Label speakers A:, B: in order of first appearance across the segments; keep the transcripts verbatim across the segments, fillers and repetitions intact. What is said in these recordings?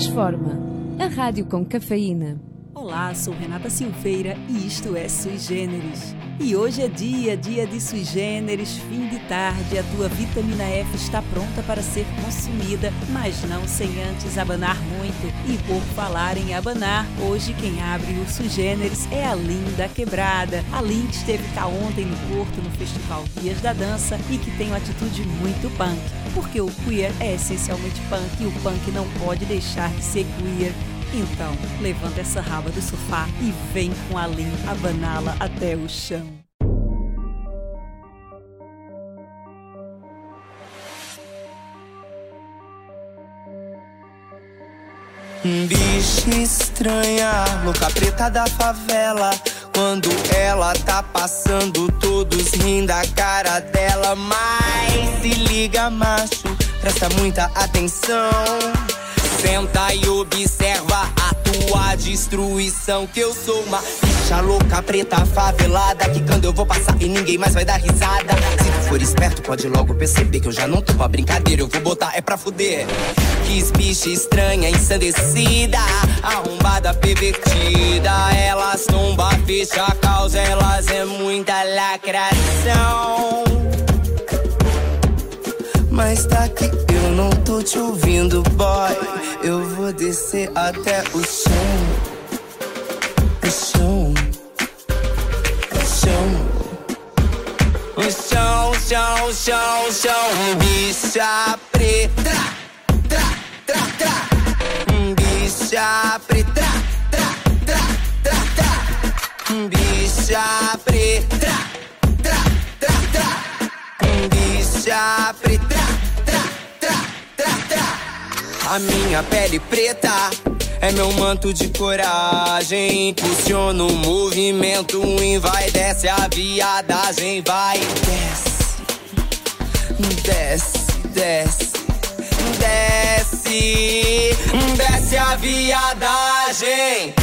A: Transforma, a rádio com cafeína.
B: Olá, sou Renata Silveira e isto é Sui Generis. E hoje é dia, dia de Sui Generis, fim de tarde. A tua vitamina F está pronta para ser consumida, mas não sem antes abanar muito. E por falar em abanar, hoje quem abre o Sui Generis é a Linda Quebrada. A Lin que esteve cá ontem no Porto, no Festival Dias da Dança, e que tem uma atitude muito punk. Porque o queer é essencialmente punk e o punk não pode deixar de ser queer. Então, levanta essa raba do sofá e vem com a Lin abaná-la até o chão.
C: Bicha estranha, louca preta da favela. Quando ela tá passando, todos rindo da cara dela. Mas se liga, macho, presta muita atenção. Senta e observa a tua destruição. Que eu sou uma bicha louca, preta, favelada, que quando eu vou passar e ninguém mais vai dar risada. Se tu for esperto, pode logo perceber que eu já não tô pra brincadeira. Eu vou botar é pra fuder. Quis bicha estranha, ensandecida, arrombada, pervertida. Elas tomba, fecha a causa, elas é muita lacração. Mas tá que eu não tô te ouvindo, boy. Eu vou descer até o chão. O chão. O chão. O chão, chão, chão, chão. Bicha preta. Tra, tra, tra. Bicha preta. Tra, tra, tra, tra. Bicha preta. Tra, tra, tra. Bicha preta. A minha pele preta é meu manto de coragem. Impulsiona o movimento, envaidece a viadagem. Vai, desce, desce, desce, desce, desce a viadagem.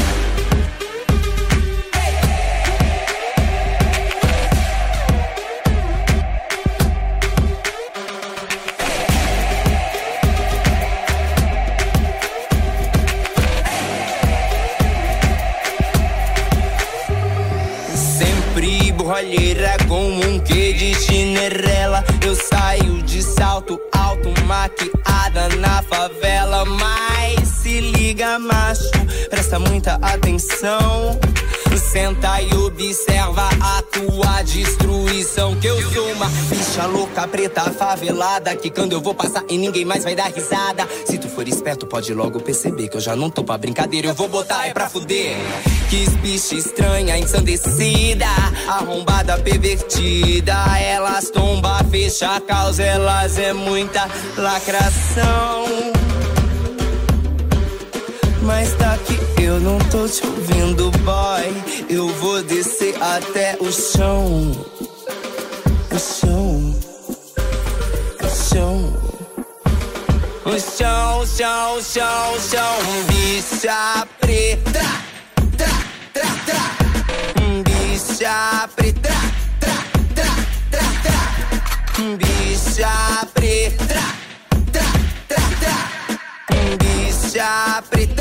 C: Olheira com um quê de Cinderela. Eu saio de salto alto, maquiada na favela. Mas se liga, macho, presta muita atenção. Senta e observa a tua destruição. Que eu sou uma bicha louca, preta, favelada, que quando eu vou passar e ninguém mais vai dar risada. Se tu for esperto, pode logo perceber que eu já não tô pra brincadeira. Eu vou botar é pra fuder. Quis bicha estranha, ensandecida, arrombada, pervertida. Elas tomba, fecha a causa, elas é muita lacração. Mas tá que eu não tô te ouvindo, boy. Eu vou descer até o chão. O chão. O chão. O chão, chão, chão, chão. Bicha preta. Tra, tra, tra. Bicha preta. Tra, tra, tra, tra. Bicha preta. Tra, tra, tra. Bicha preta.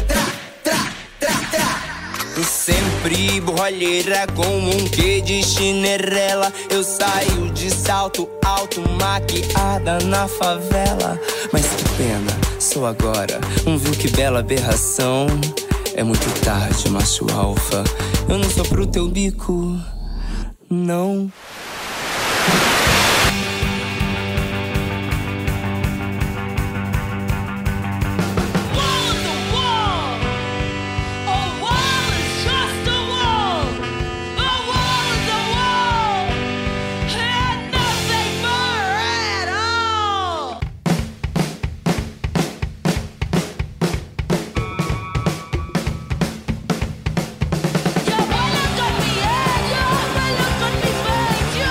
C: Sempre borralheira com um quê de Cinderela. Eu saio de salto alto, maquiada na favela. Mas que pena, sou agora um viu que bela aberração. É muito tarde, macho alfa. Eu não sou pro teu bico, não.
D: You wanna cut me, yeah, you wanna cut me, babe.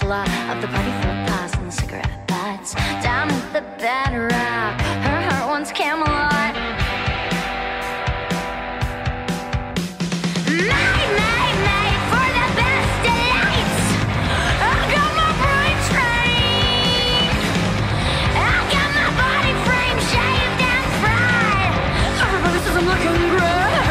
D: Angela of the party full of pies and the cigarette butts. Down at the Bed Rock, her heart wants Camelot. Made, made, made for the best delights. I got my brain trained. I got my body frame shaved and fried. Everybody says I'm looking great.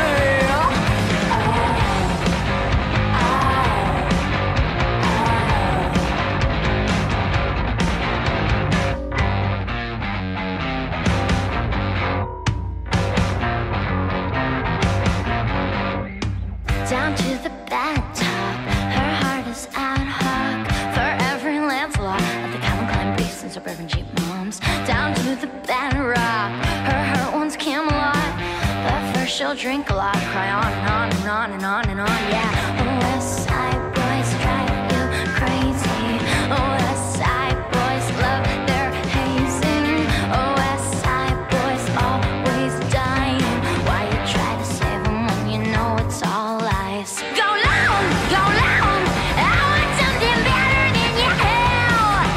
D: Down to the bathtub, her heart is ad hoc for every Lancelot of the Calvin Klein Beasts and Suburban Jeep Moms. Down to the Bedrock, her heart wants Camelot, but first she'll drink a lot, cry on and on and on and on and on. Yeah, oh, West Side boys drive you crazy. Oh, West Side boys love their hazing. Oh, West Side boys always dying. Why you try to save them when you know it's all lies? Go long, go long. I want something better than you have.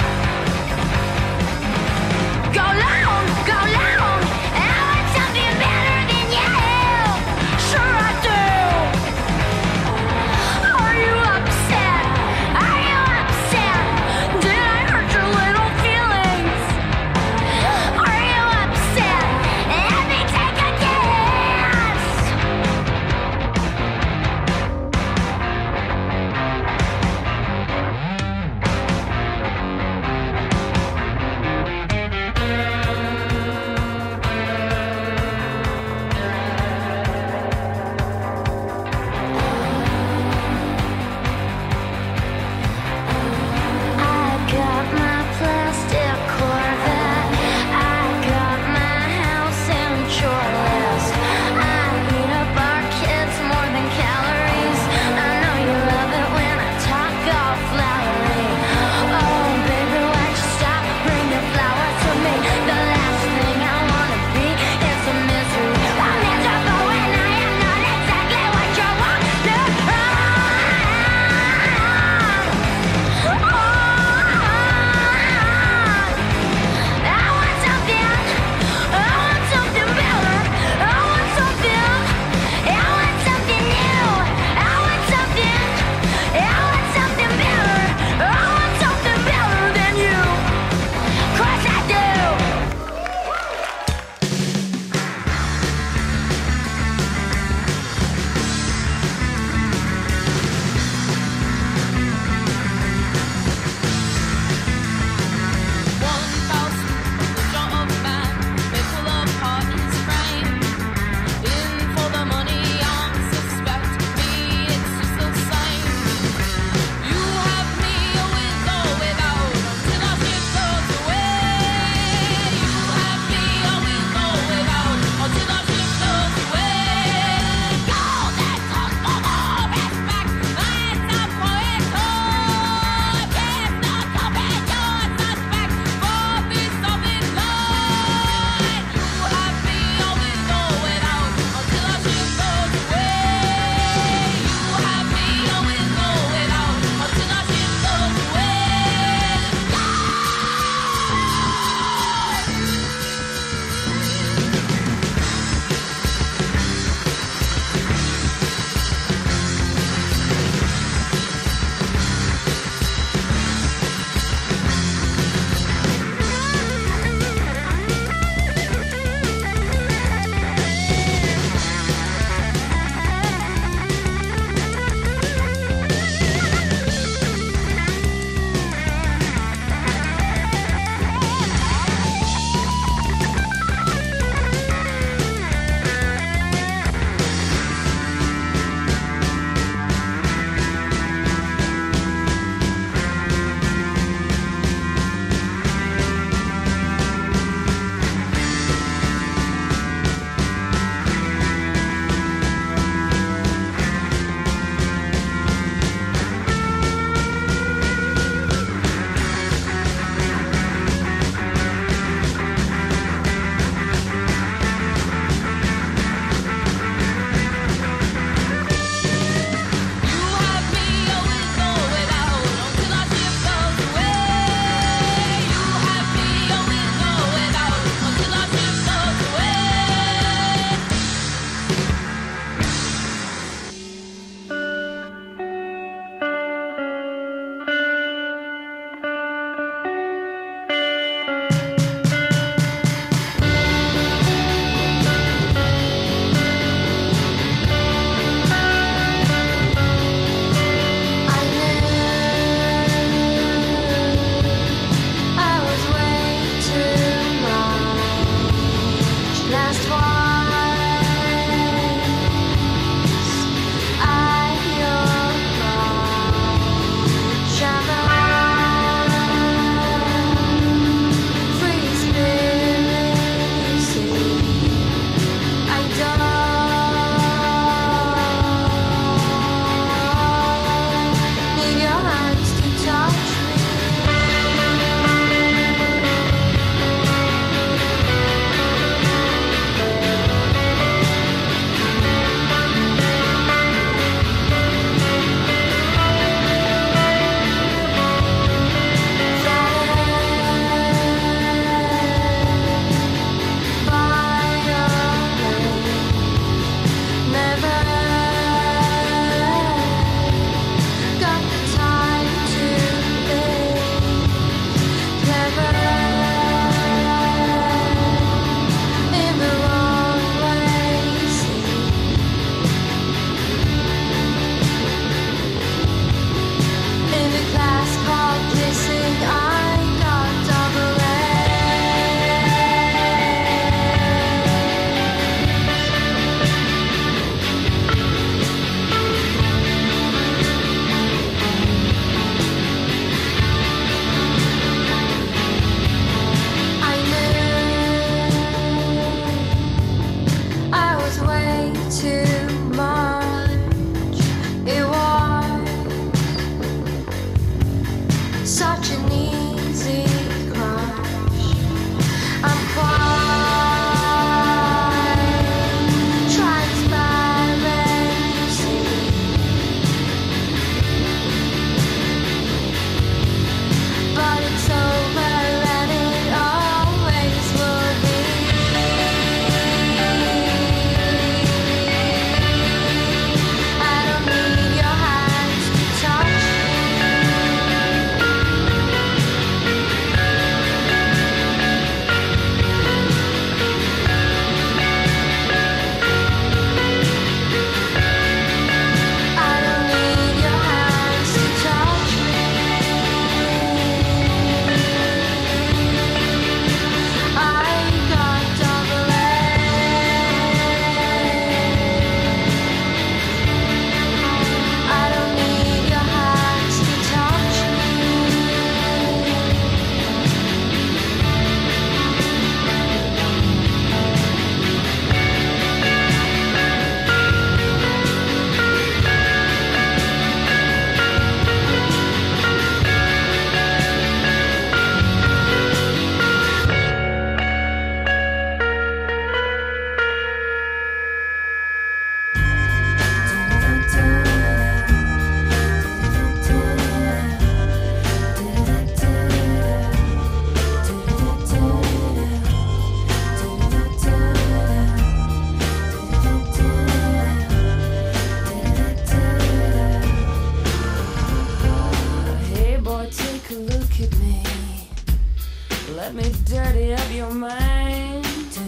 D: Go long, go long. I want something better than you have. Sure I do. Are you
E: look at me. Let me dirty up your mind.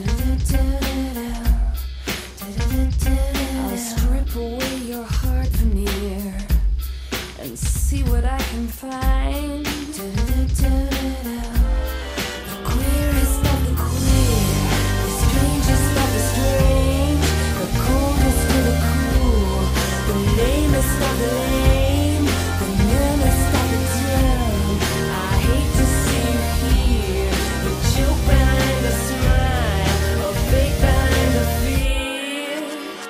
E: I'll strip away your heart veneer and see what I can find. The queerest of the queer, the strangest of the strange, the coldest of the cool, the lamest of the lame, the numbest of the dumb. I hate to see you here, the joke behind the smile, a fake behind the fear.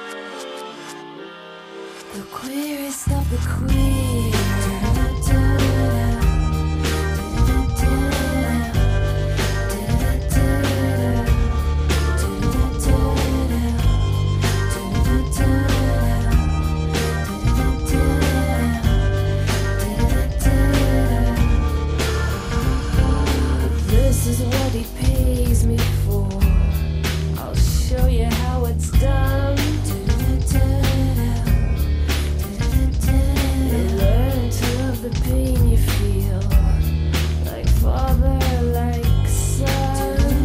E: The queerest of the queer. This is what he pays me for. I'll show you how it's done. You learn to love the pain you feel, like father, like son.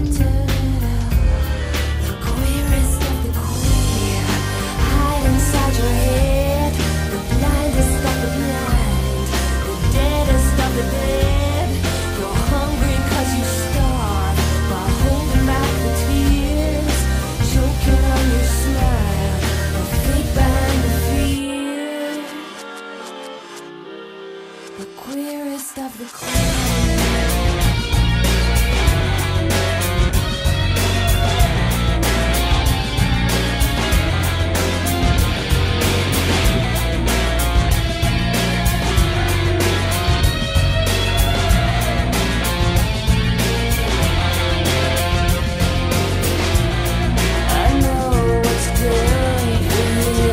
E: The queerest of the queer, hide inside your head. The blindest of the blind, the deadest of the dead. You're hungry cause you starve by holding back the tears, choking on your smile, a fake behind the fear. The queerest of the queer. I know what's good for you.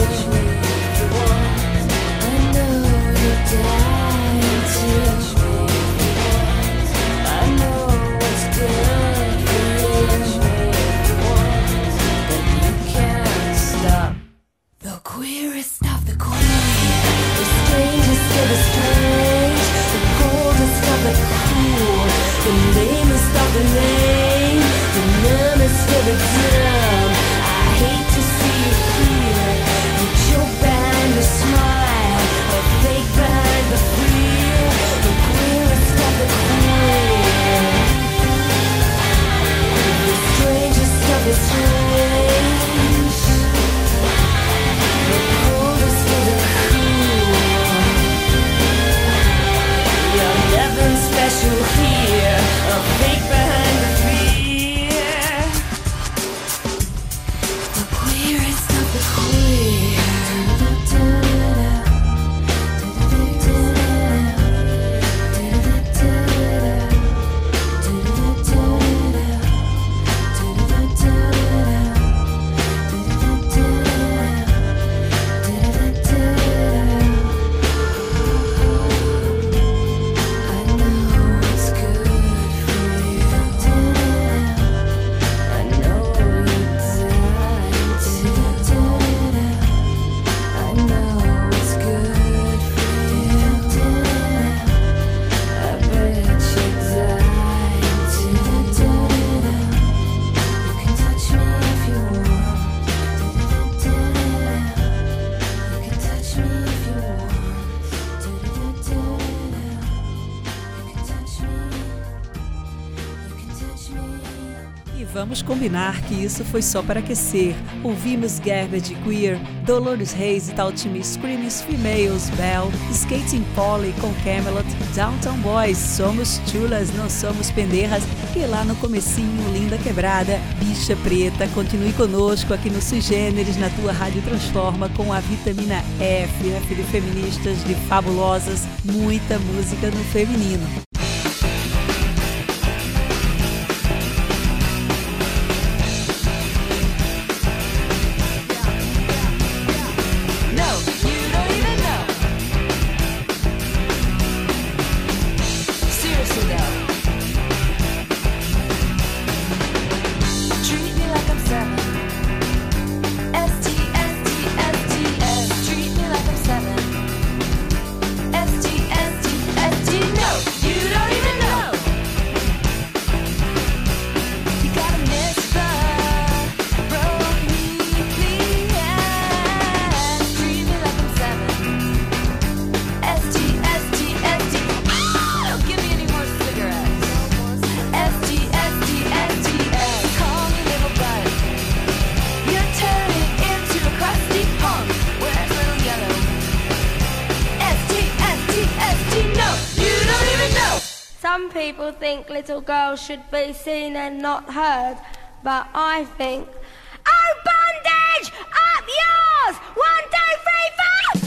E: I know you're dying to. I know what's good for you, but you can't stop. The queerest of the queer, the strangest of the strange, the coldest of the cool, the lamest of the lame, the numbest of the dumb. I hate to see you here, the joke behind the smile, a fake behind the fear. The queerest of the queer, the strangest of the strange, the coldest of the cool. You're nothing special here, a fake behind the fear. The queerest of the queer. I know what's good for you. I know you're dying to. I know what's good for you. I bet you're dying to. You can touch me if you want. You can touch me if you want. You can touch me. You can touch me.
B: E vamos combinar que isso foi só para aquecer. Ouvimos Garbage Queer, Dolores Hayes e Taught Me, Screaming Females, Bell, Skating Polly com Camelot, Downtown Boys, Somos Chulas, Não Somos Penderras, e lá no comecinho, Linda Quebrada, Bicha Preta. Continue conosco aqui no Sui Generis, na tua Rádio Transforma, com a vitamina F, F de feministas, de fabulosas, muita música no feminino.
E: You don't even
F: people think little girls should be seen and not heard, but I think, oh, bondage, up yours! One, two, three, four!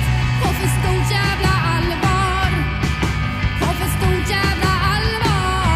E: Jävla allvar, på för stort jävla allvar.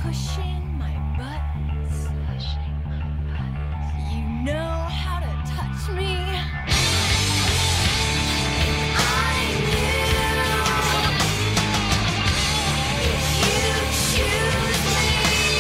E: pushing my buttons. You know how to touch me. I knew if you choose me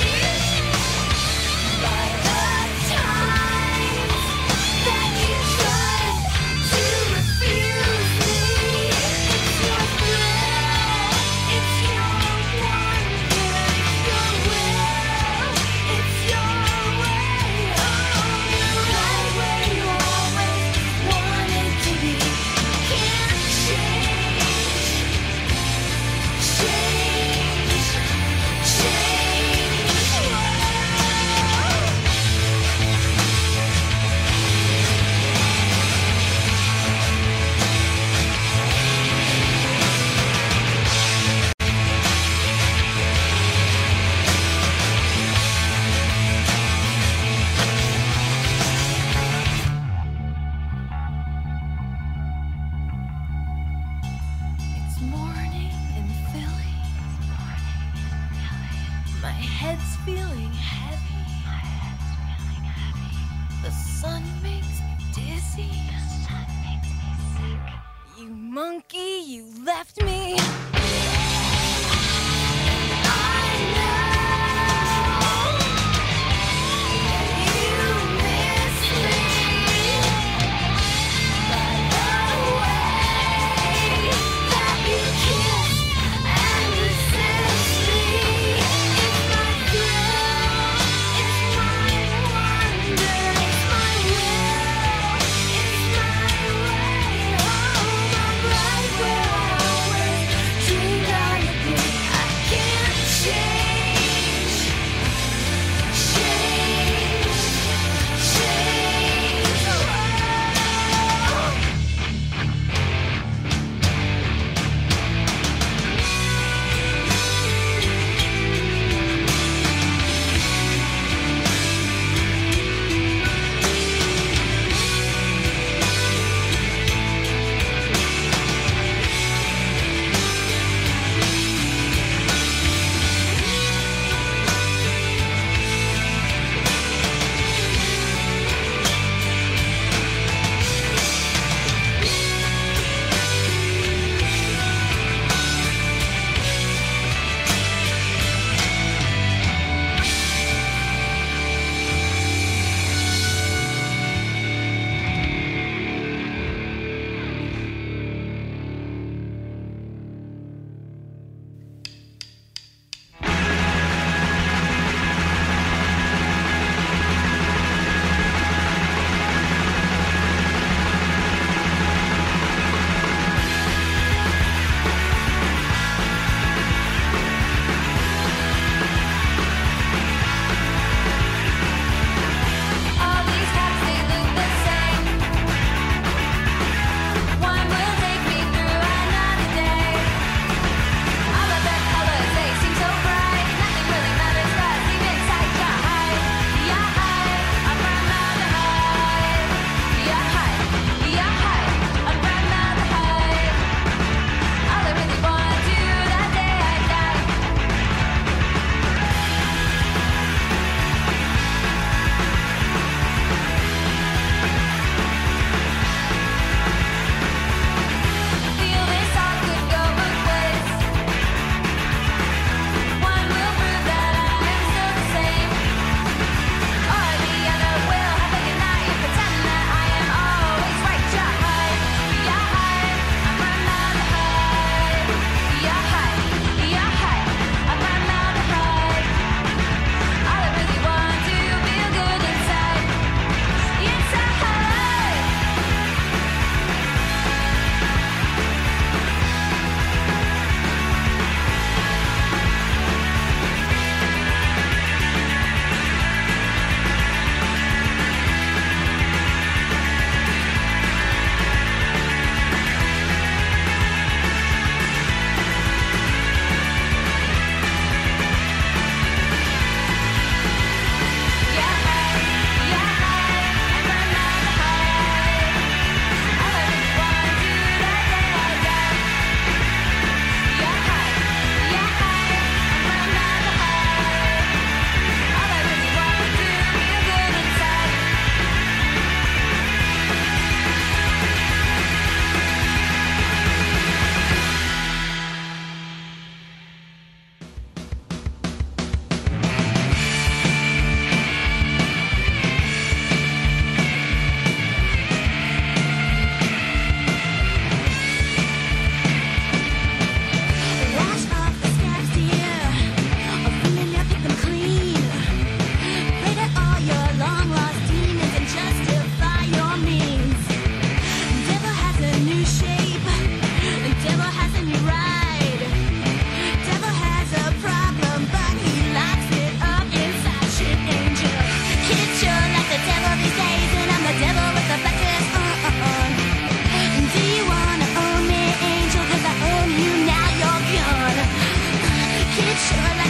E: by the times that you tried to refuse me. It's your thrill, it's your wonder, it's your will, it's your way. Oh, you're right where you always wanted to be. Can't change, change, change. Whoa. It's morning in Philly. My head's feeling heavy. The sun makes me dizzy. You monkey, you left me. I know you miss me. By the way that you kiss and resist me, it's my thrill, it's my wonder, it's my will, it's my way. Oh, I'm right where I always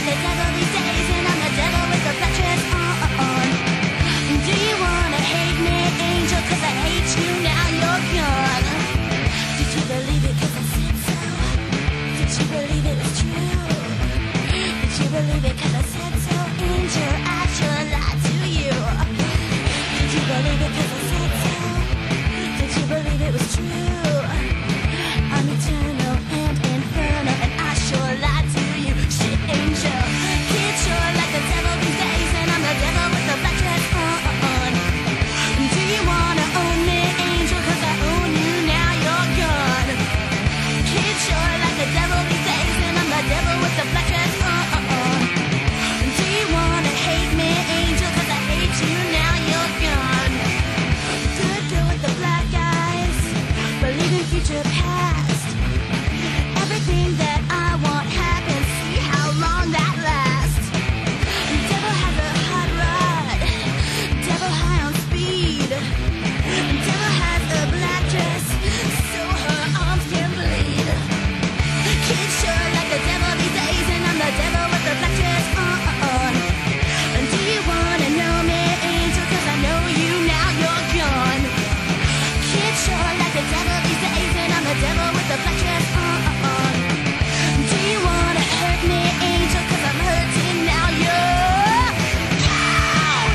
D: like the devil these days, and I'm the devil with the black dress on. Do you wanna hate me, angel, cause I hate you, now you're gone. Did you believe it cause I said so? Did you believe it was true? Did you believe it cause I said so? Angel, I sure lied to you. Did you believe it cause I said so? Did you believe it was true? I'm eternal and infernal, and I sure lied to you. Shit, angel, kid sure like the devil these days, and I'm the devil with the black dress on. Do you wanna own me, angel, cause I own you, now you're gone. Kid sure like the devil these days, and I'm the devil with the black dress on. Do you wanna hate me, angel, cause I hate you, now you're gone. Good girl with the black eyes, believe in future past. Everything that I want happens, see how long that lasts. Devil has a hot rod, devil high on speed. Devil has a black dress, so her arms can bleed. Kid sure like the devil these days, and I'm the devil with the black dress on. Do you wanna know me, angel, cause I know you, now you're gone. Kid sure like the devil these days, and I'm the devil with the black dress on. Do you wanna hurt me, angel, cause I'm hurting, now you're gone.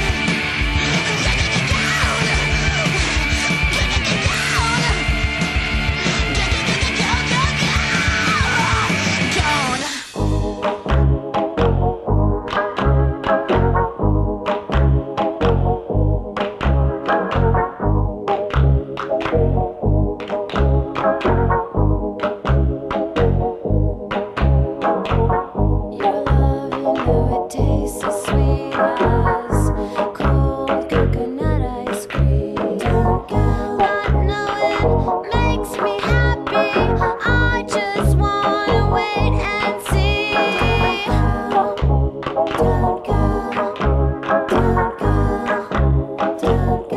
E: Your love, you know it tastes as sweet as cold coconut ice cream. Don't go, not knowing makes me happy. I just wanna wait and see. Don't go, don't go, don't go, don't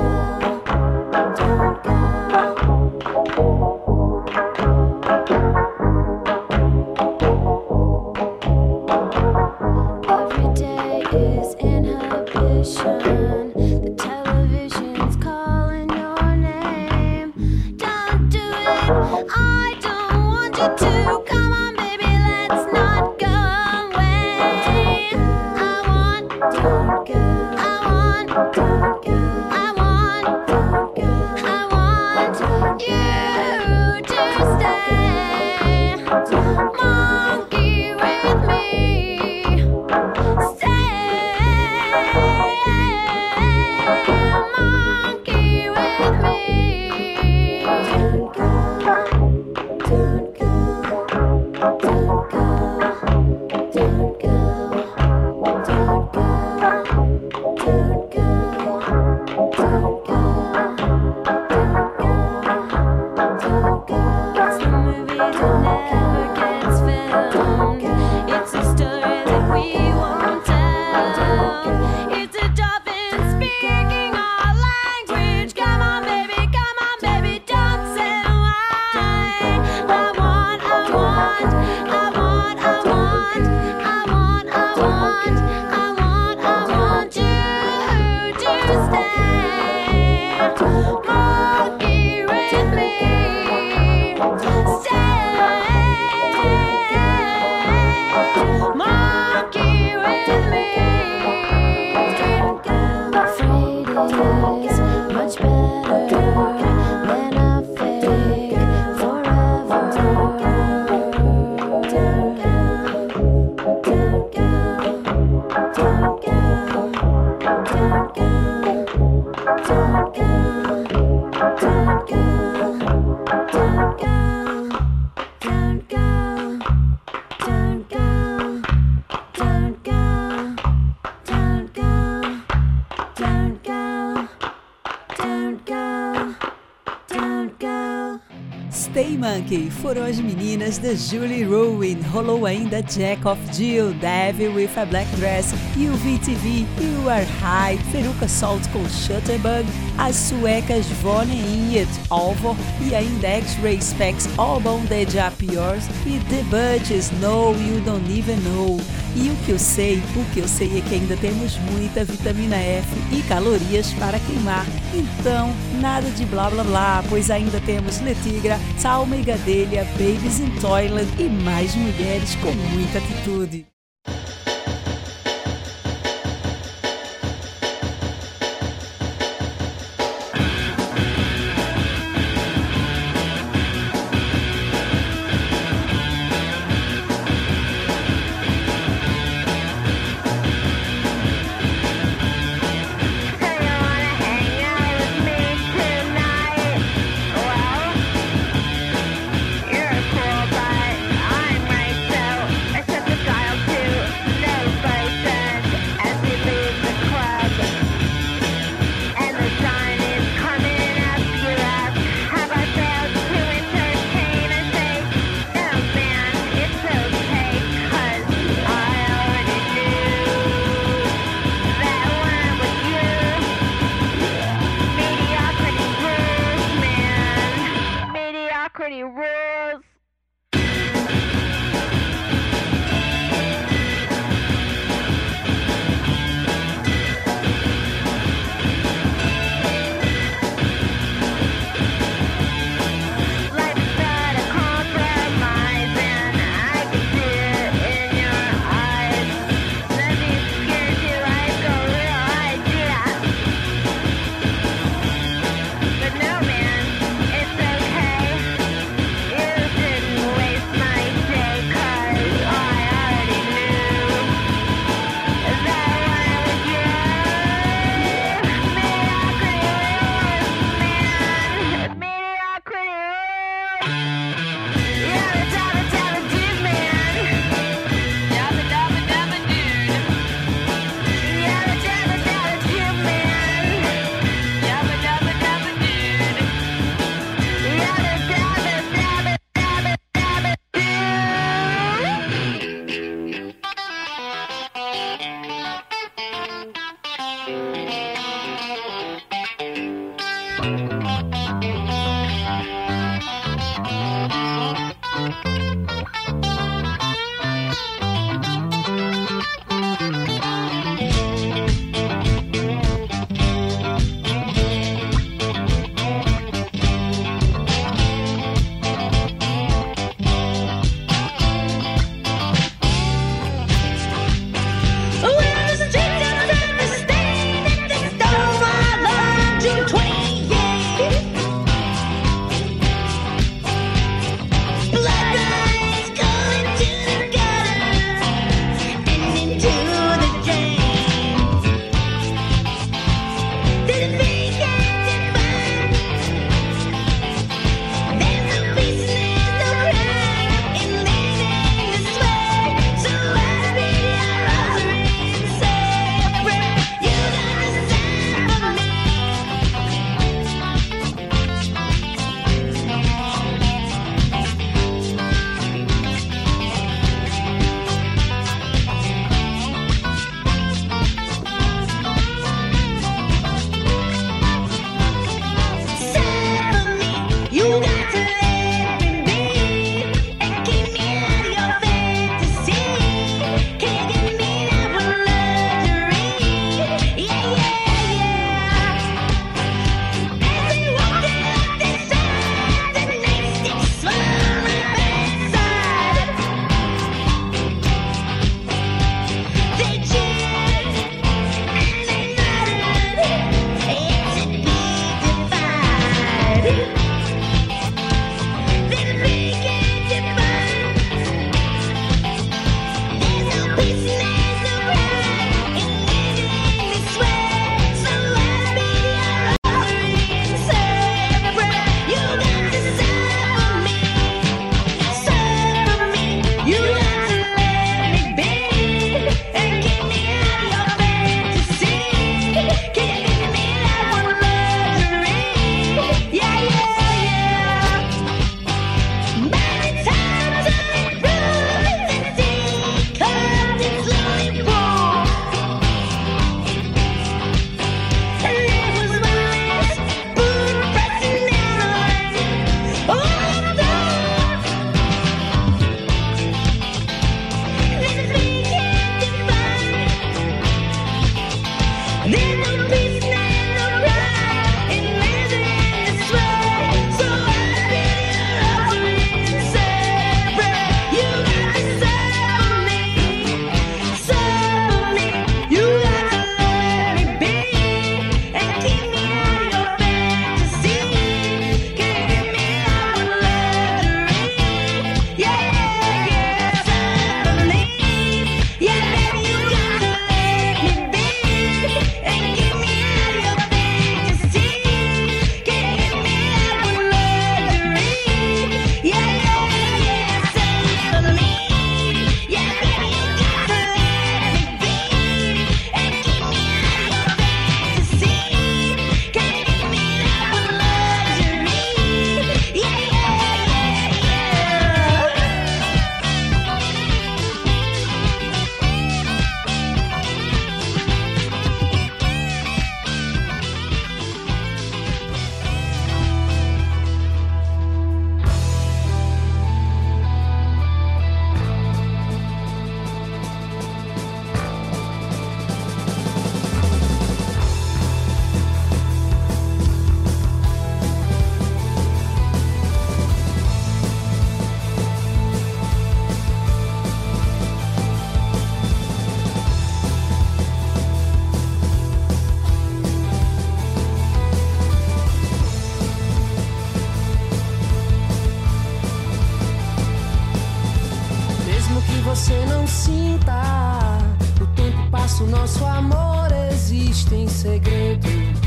E: Every day is inhibition. The television's calling your name. Don't do it. I don't want you to. Come on, baby, let's not go away. I want, don't go. I want, don't go. I want, don't go. I want you to stay. Monkey with me. Monkey with me. Don't go, don't go, don't go, don't go, don't go, don't go, don't go. It's the movie that never gets filmed. It's a story that we won't tell. It's a dolphin speaking our language. Come on, baby, come on, baby, don't say why. I want, I want, I want, I want, I want, I want, I want, I want you to stay. Monkey with me. Stay. Monkey with me. Afraid is much better than a fake forever. Don't go, don't go, don't go, don't go, don't go, don't go, don't go, don't go, don't go, don't go, don't go, don't go, don't go, don't go.
B: Stay Monkey foram as meninas da Julie Rowan, rolou ainda Jack of Jill, Devil with a Black Dress, U V T V, You Are High, Peruca Salt com Shutterbug, as suecas Vonne Iet, Alvor e ainda X-Ray Specs, All Bondage Up Yours e The Butches, No You Don't Even Know. E o que eu sei, o que eu sei é que ainda temos muita vitamina F e calorias para queimar. Então, nada de blá blá blá, pois ainda temos Letigra, Salma e Gadelha, Babies in Toilet e mais mulheres com muita atitude.
D: You're cool, but I'm right, so I set the dial to
E: passo, nosso amor existe em segredo,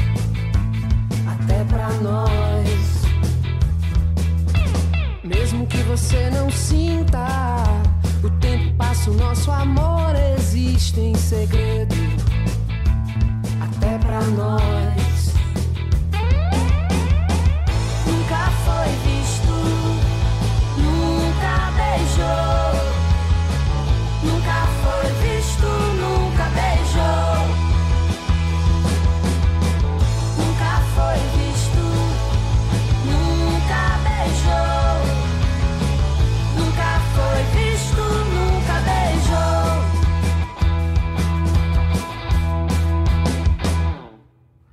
E: até pra nós. Mesmo que você não sinta, o tempo passa, o nosso amor existe em segredo, até pra nós. Nunca foi visto, nunca beijou. Nunca foi visto, nunca beijou. Nunca foi visto, nunca beijou. Nunca foi visto, nunca beijou.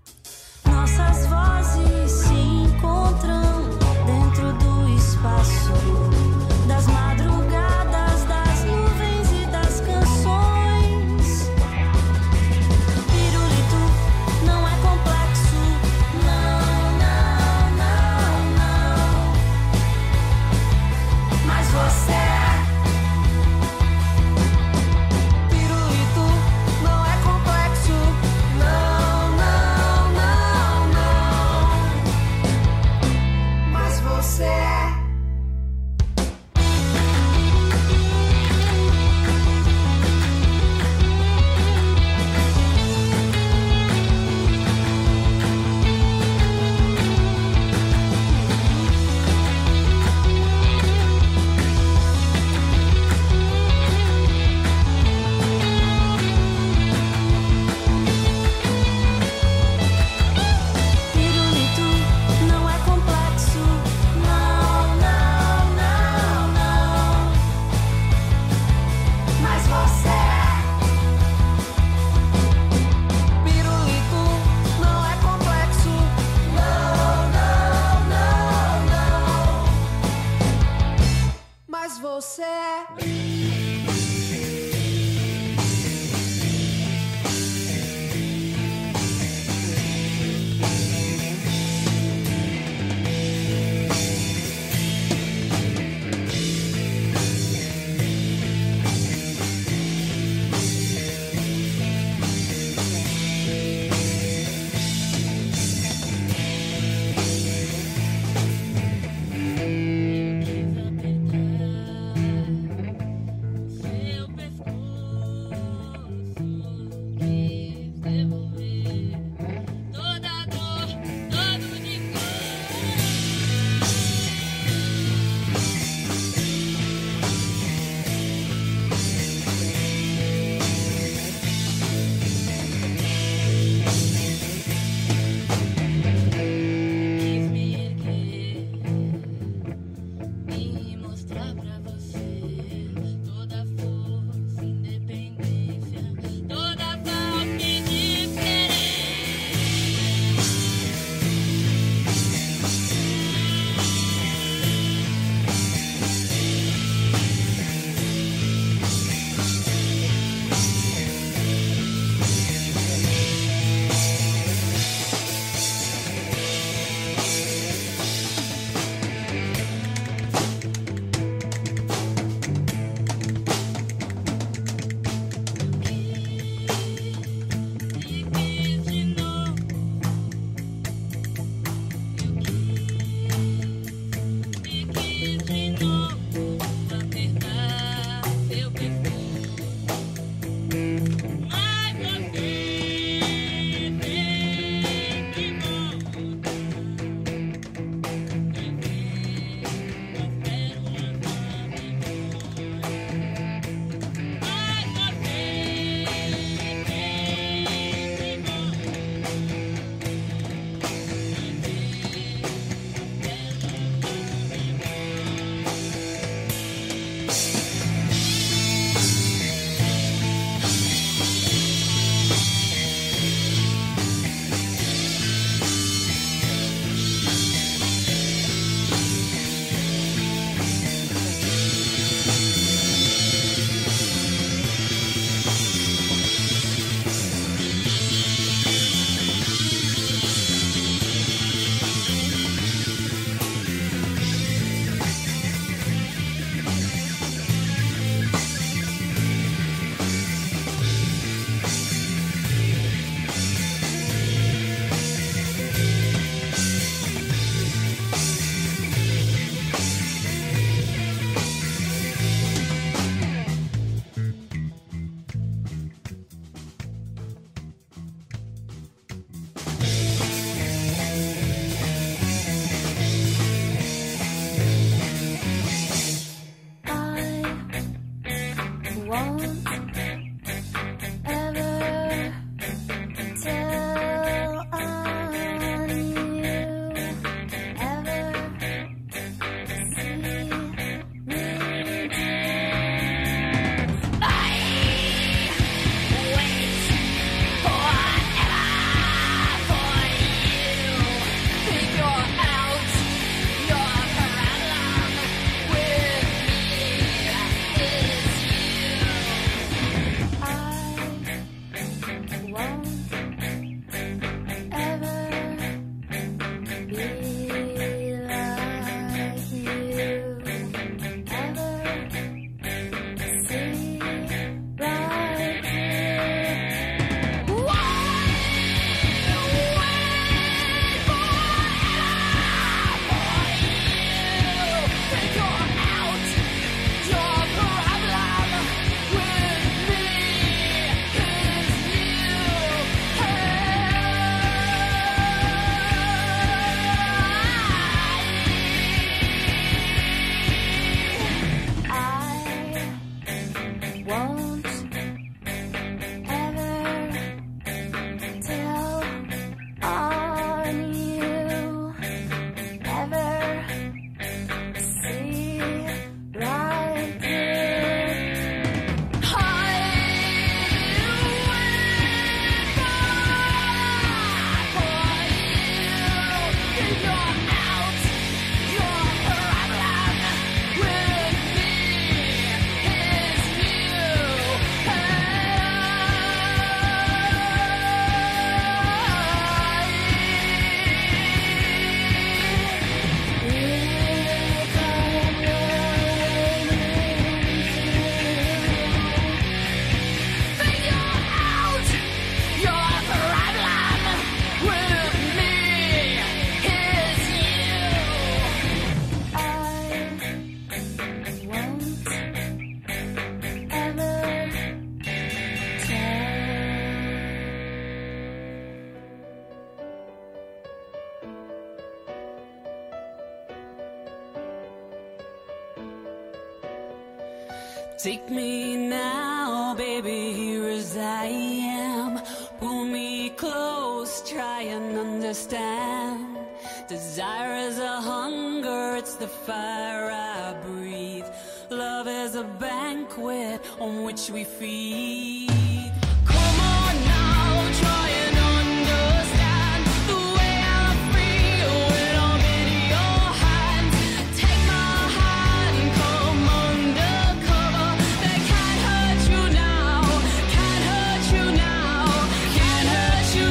B: Take me now, baby, here as I am. Pull me close, try and understand. Desire is a hunger, it's the fire I breathe. Love is a banquet on which we feed. Come on now, try and understand the way I feel when I'm in your hands. Take my hand, come undercover. They can't hurt you now, can't hurt you now, can't hurt you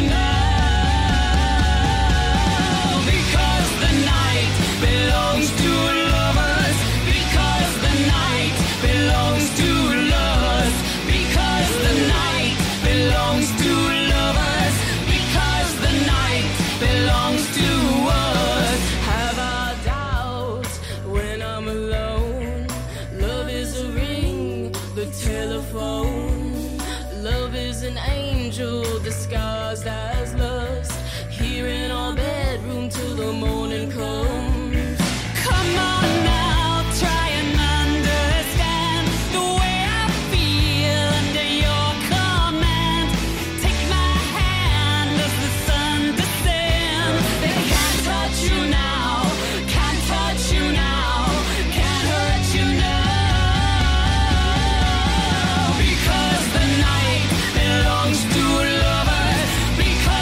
B: now. Because the night belongs to lovers. Because the night belongs to lovers. Because the night belongs to lovers. Because the night belongs to us. Have our doubts when I'm alone. Love is a ring, the telephone. Love is an angel disguised as lust. Here in our bedroom till the morning comes. Come on now, try and understand the way I feel under your command. Take my hand as the sun descends. They can't touch you now, can't touch you now, can't hurt you now. Because the night belongs to lovers. Because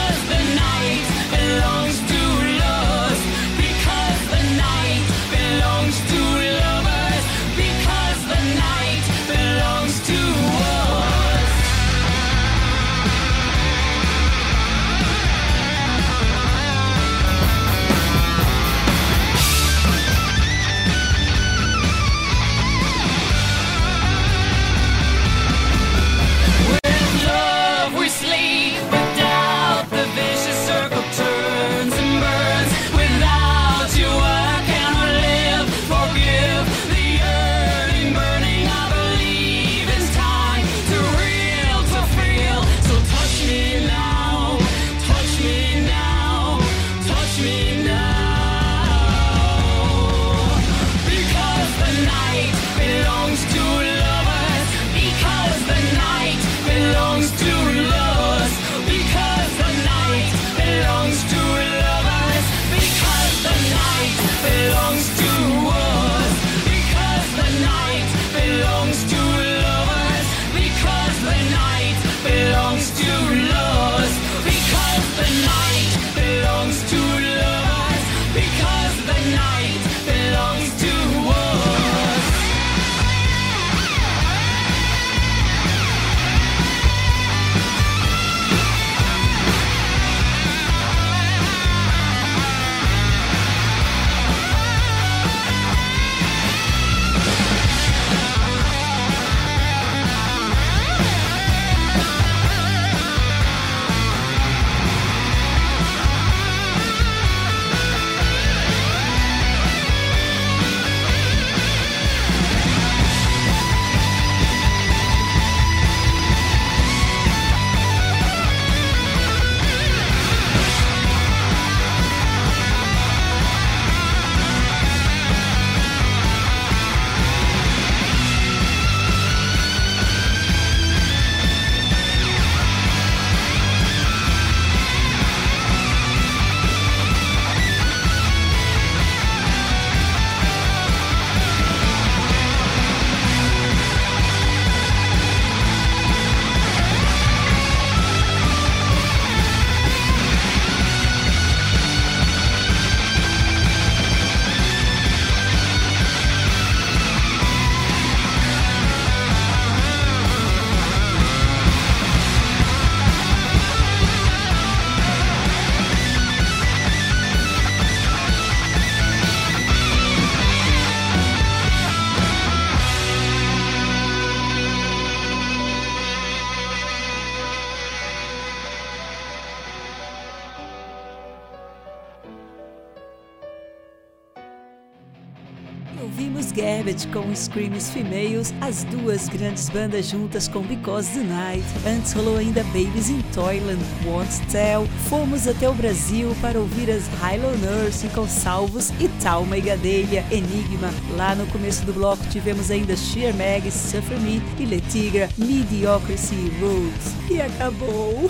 B: Ouvimos Garbage com Screams Females, as duas grandes bandas juntas com Because the Night. Antes rolou ainda Babies in Toyland, Won't Tell. Fomos até o Brasil para ouvir as Hilo Nurse com Salvos e Talma e Gadelha, Enigma. Lá no começo do bloco tivemos ainda Sheer Mag, Suffer Me e Le Tigre, Mediocrity Roads. E acabou!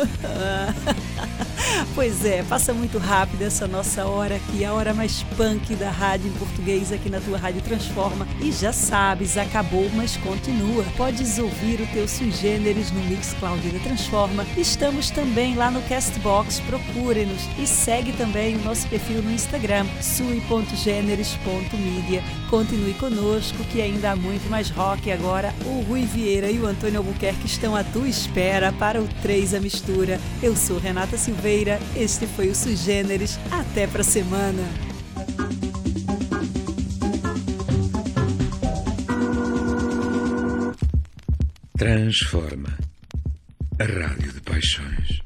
B: Pois é, passa muito rápido essa nossa hora aqui, a hora mais punk da rádio em português aqui na tua Rádio Transforma. E já sabes, acabou, mas continua. Podes ouvir o teu Sui Generis no Mixcloud da Transforma. Estamos também lá no Castbox, procure-nos e segue também o nosso perfil no Instagram, sui ponto generis ponto media. Continue conosco que ainda há muito mais rock. Agora o Rui Vieira e o Antônio Albuquerque estão à tua espera para o três A Mistura. Eu sou Renata Silveira, este foi o Sui Generis. Até pra semana!
G: Transforma, a rádio de paixões.